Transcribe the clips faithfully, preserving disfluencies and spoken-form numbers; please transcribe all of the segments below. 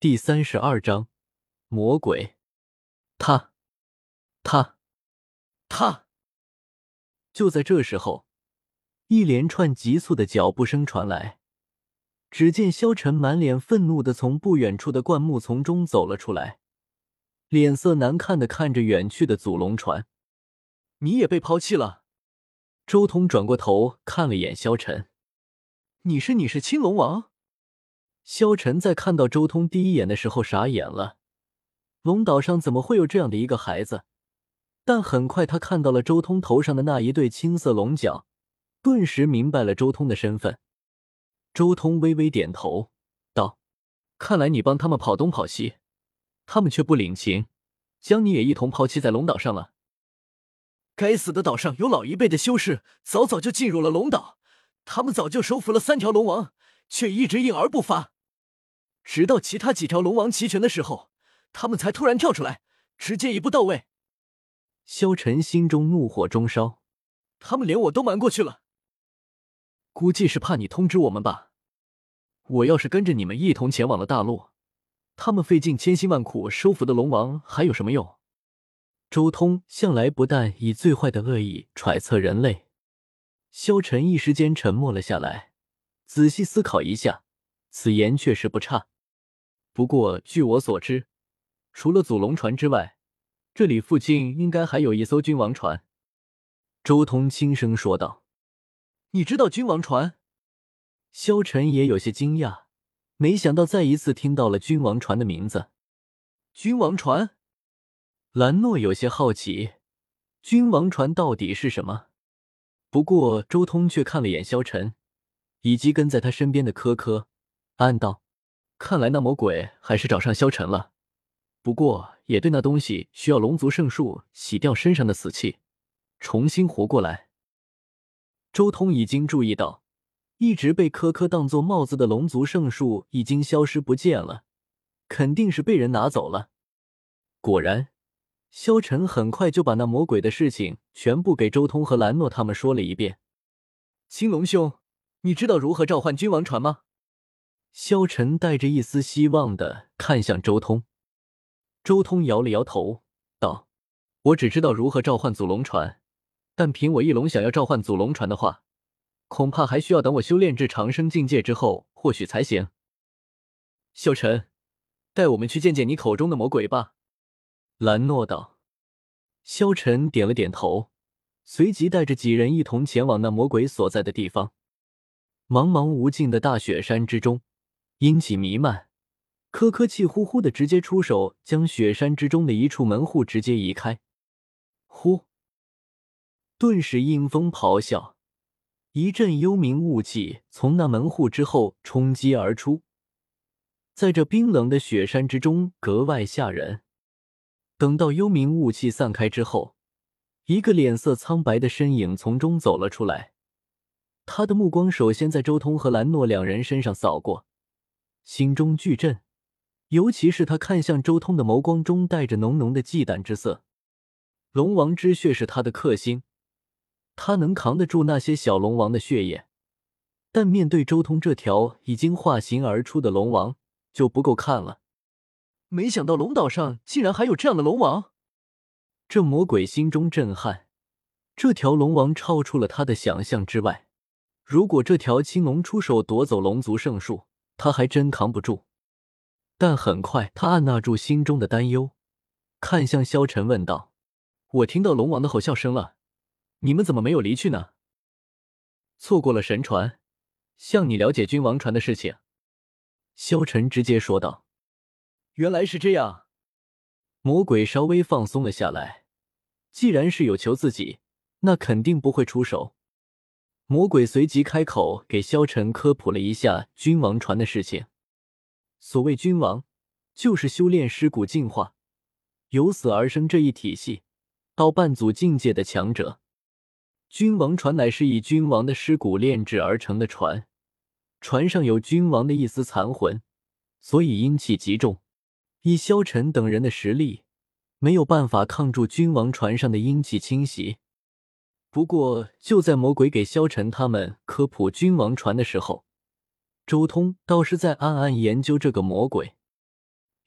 第三十二章魔鬼。他他他就在这时候，一连串急促的脚步声传来，只见萧晨满脸愤怒地从不远处的灌木丛中走了出来，脸色难看地看着远去的祖龙船。你也被抛弃了。周通转过头看了眼萧晨。你是你是青龙王？萧晨在看到周通第一眼的时候傻眼了，龙岛上怎么会有这样的一个孩子？但很快他看到了周通头上的那一对青色龙角，顿时明白了周通的身份。周通微微点头道：看来你帮他们跑东跑西，他们却不领情，将你也一同抛弃在龙岛上了。该死的岛上有老一辈的修士早早就进入了龙岛，他们早就收服了三条龙王，却一直隐而不发，直到其他几条龙王齐全的时候，他们才突然跳出来，直接一步到位。萧晨心中怒火中烧，他们连我都瞒过去了，估计是怕你通知我们吧。我要是跟着你们一同前往了大陆，他们费尽千辛万苦收服的龙王还有什么用？周通向来不但以最坏的恶意揣测人类。萧晨一时间沉默了下来，仔细思考一下，此言确实不差。不过据我所知，除了祖龙船之外，这里附近应该还有一艘君王船。周通轻声说道。你知道君王船？萧晨也有些惊讶，没想到再一次听到了君王船的名字。君王船？兰诺有些好奇，君王船到底是什么？不过周通却看了眼萧晨以及跟在他身边的科科，暗道：看来那魔鬼还是找上萧晨了，不过也对那东西需要龙族圣术洗掉身上的死气，重新活过来。周通已经注意到，一直被科科当作帽子的龙族圣术已经消失不见了，肯定是被人拿走了。果然，萧晨很快就把那魔鬼的事情全部给周通和兰诺他们说了一遍。青龙兄，你知道如何召唤君王船吗？萧晨带着一丝希望地看向周通。周通摇了摇头道：我只知道如何召唤祖龙船，但凭我翼龙想要召唤祖龙船的话，恐怕还需要等我修炼至长生境界之后或许才行。萧晨，带我们去见见你口中的魔鬼吧。兰诺道。萧晨点了点头，随即带着几人一同前往那魔鬼所在的地方。茫茫无尽的大雪山之中，阴气弥漫，科科气呼呼的直接出手，将雪山之中的一处门户直接移开。呼！顿时阴风咆哮，一阵幽冥雾气从那门户之后冲击而出，在这冰冷的雪山之中格外吓人。等到幽冥雾气散开之后，一个脸色苍白的身影从中走了出来。他的目光首先在周通和兰诺两人身上扫过，心中巨震，尤其是他看向周通的眸光中带着浓浓的忌惮之色。龙王之血是他的克星，他能扛得住那些小龙王的血液，但面对周通这条已经化形而出的龙王就不够看了。没想到龙岛上竟然还有这样的龙王，这魔鬼心中震撼，这条龙王超出了他的想象之外。如果这条青龙出手夺走龙族圣术，他还真扛不住。但很快他按捺住心中的担忧，看向萧晨问道：我听到龙王的吼啸声了，你们怎么没有离去呢？错过了神传，向你了解君王传的事情。萧晨直接说道。原来是这样。魔鬼稍微放松了下来，既然是有求自己，那肯定不会出手。魔鬼随即开口给萧晨科普了一下君王传的事情。所谓君王，就是修炼尸骨进化，由死而生这一体系，到半祖境界的强者。君王船乃是以君王的尸骨炼制而成的船，船上有君王的一丝残魂，所以阴气极重。以萧晨等人的实力，没有办法抗住君王船上的阴气侵袭。不过就在魔鬼给萧晨他们科普君王船的时候，周通倒是在暗暗研究这个魔鬼。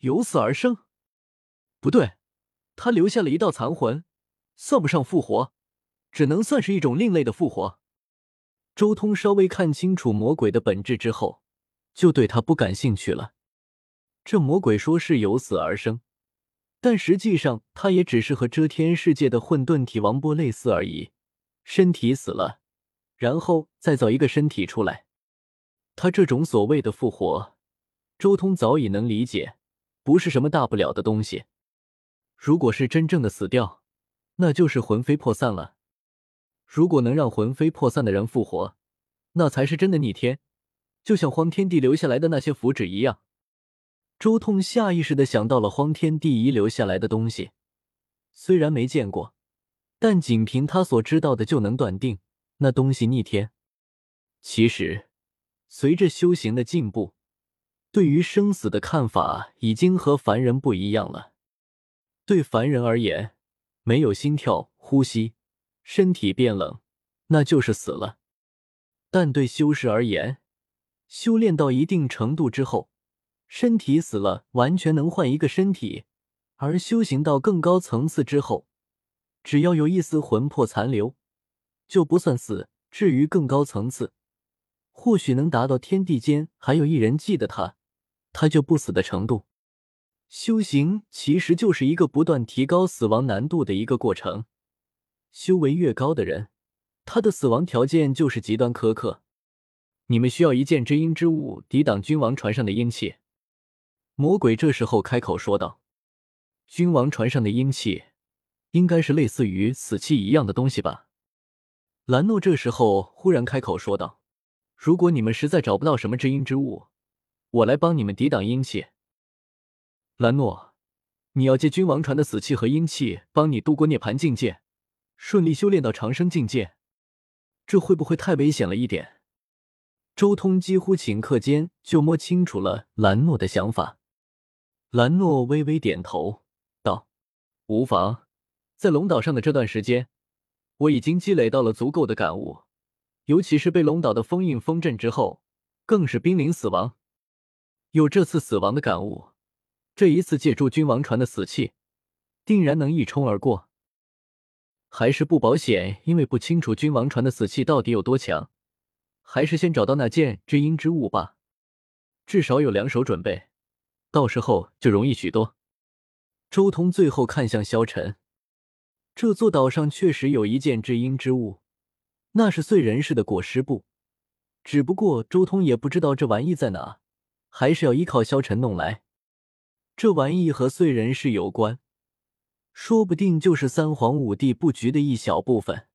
由死而生？不对，他留下了一道残魂，算不上复活，只能算是一种另类的复活。周通稍微看清楚魔鬼的本质之后，就对他不感兴趣了。这魔鬼说是由死而生，但实际上他也只是和遮天世界的混沌体王波类似而已，身体死了，然后再造一个身体出来。他这种所谓的复活，周通早已能理解，不是什么大不了的东西。如果是真正的死掉，那就是魂飞魄散了。如果能让魂飞魄散的人复活，那才是真的逆天，就像荒天帝留下来的那些符纸一样。周通下意识地想到了荒天帝遗留下来的东西，虽然没见过，但仅凭他所知道的就能断定那东西逆天。其实随着修行的进步，对于生死的看法已经和凡人不一样了。对凡人而言，没有心跳、呼吸，身体变冷，那就是死了。但对修士而言，修炼到一定程度之后，身体死了完全能换一个身体，而修行到更高层次之后，只要有一丝魂魄残留，就不算死。至于更高层次，或许能达到天地间还有一人记得他，他就不死的程度。修行其实就是一个不断提高死亡难度的一个过程，修为越高的人，他的死亡条件就是极端苛刻。你们需要一件知阴之物抵挡君王船上的阴气。魔鬼这时候开口说道。君王船上的阴气应该是类似于死气一样的东西吧。兰诺这时候忽然开口说道，如果你们实在找不到什么知阴之物，我来帮你们抵挡阴气。兰诺，你要借君王船的死气和阴气帮你度过涅槃境界，顺利修炼到长生境界，这会不会太危险了一点？周通几乎顷刻间就摸清楚了兰诺的想法。兰诺微微点头道，无妨，在龙岛上的这段时间，我已经积累到了足够的感悟，尤其是被龙岛的封印封镇之后，更是濒临死亡。有这次死亡的感悟，这一次借助君王船的死气，定然能一冲而过。还是不保险，因为不清楚君王船的死气到底有多强，还是先找到那件知阴之物吧，至少有两手准备，到时候就容易许多。周通最后看向萧晨，这座岛上确实有一件知阴之物，那是燧人氏的裹尸布，只不过周通也不知道这玩意在哪，还是要依靠萧晨弄来。这玩意和燧人氏有关，说不定就是三皇五帝布局的一小部分。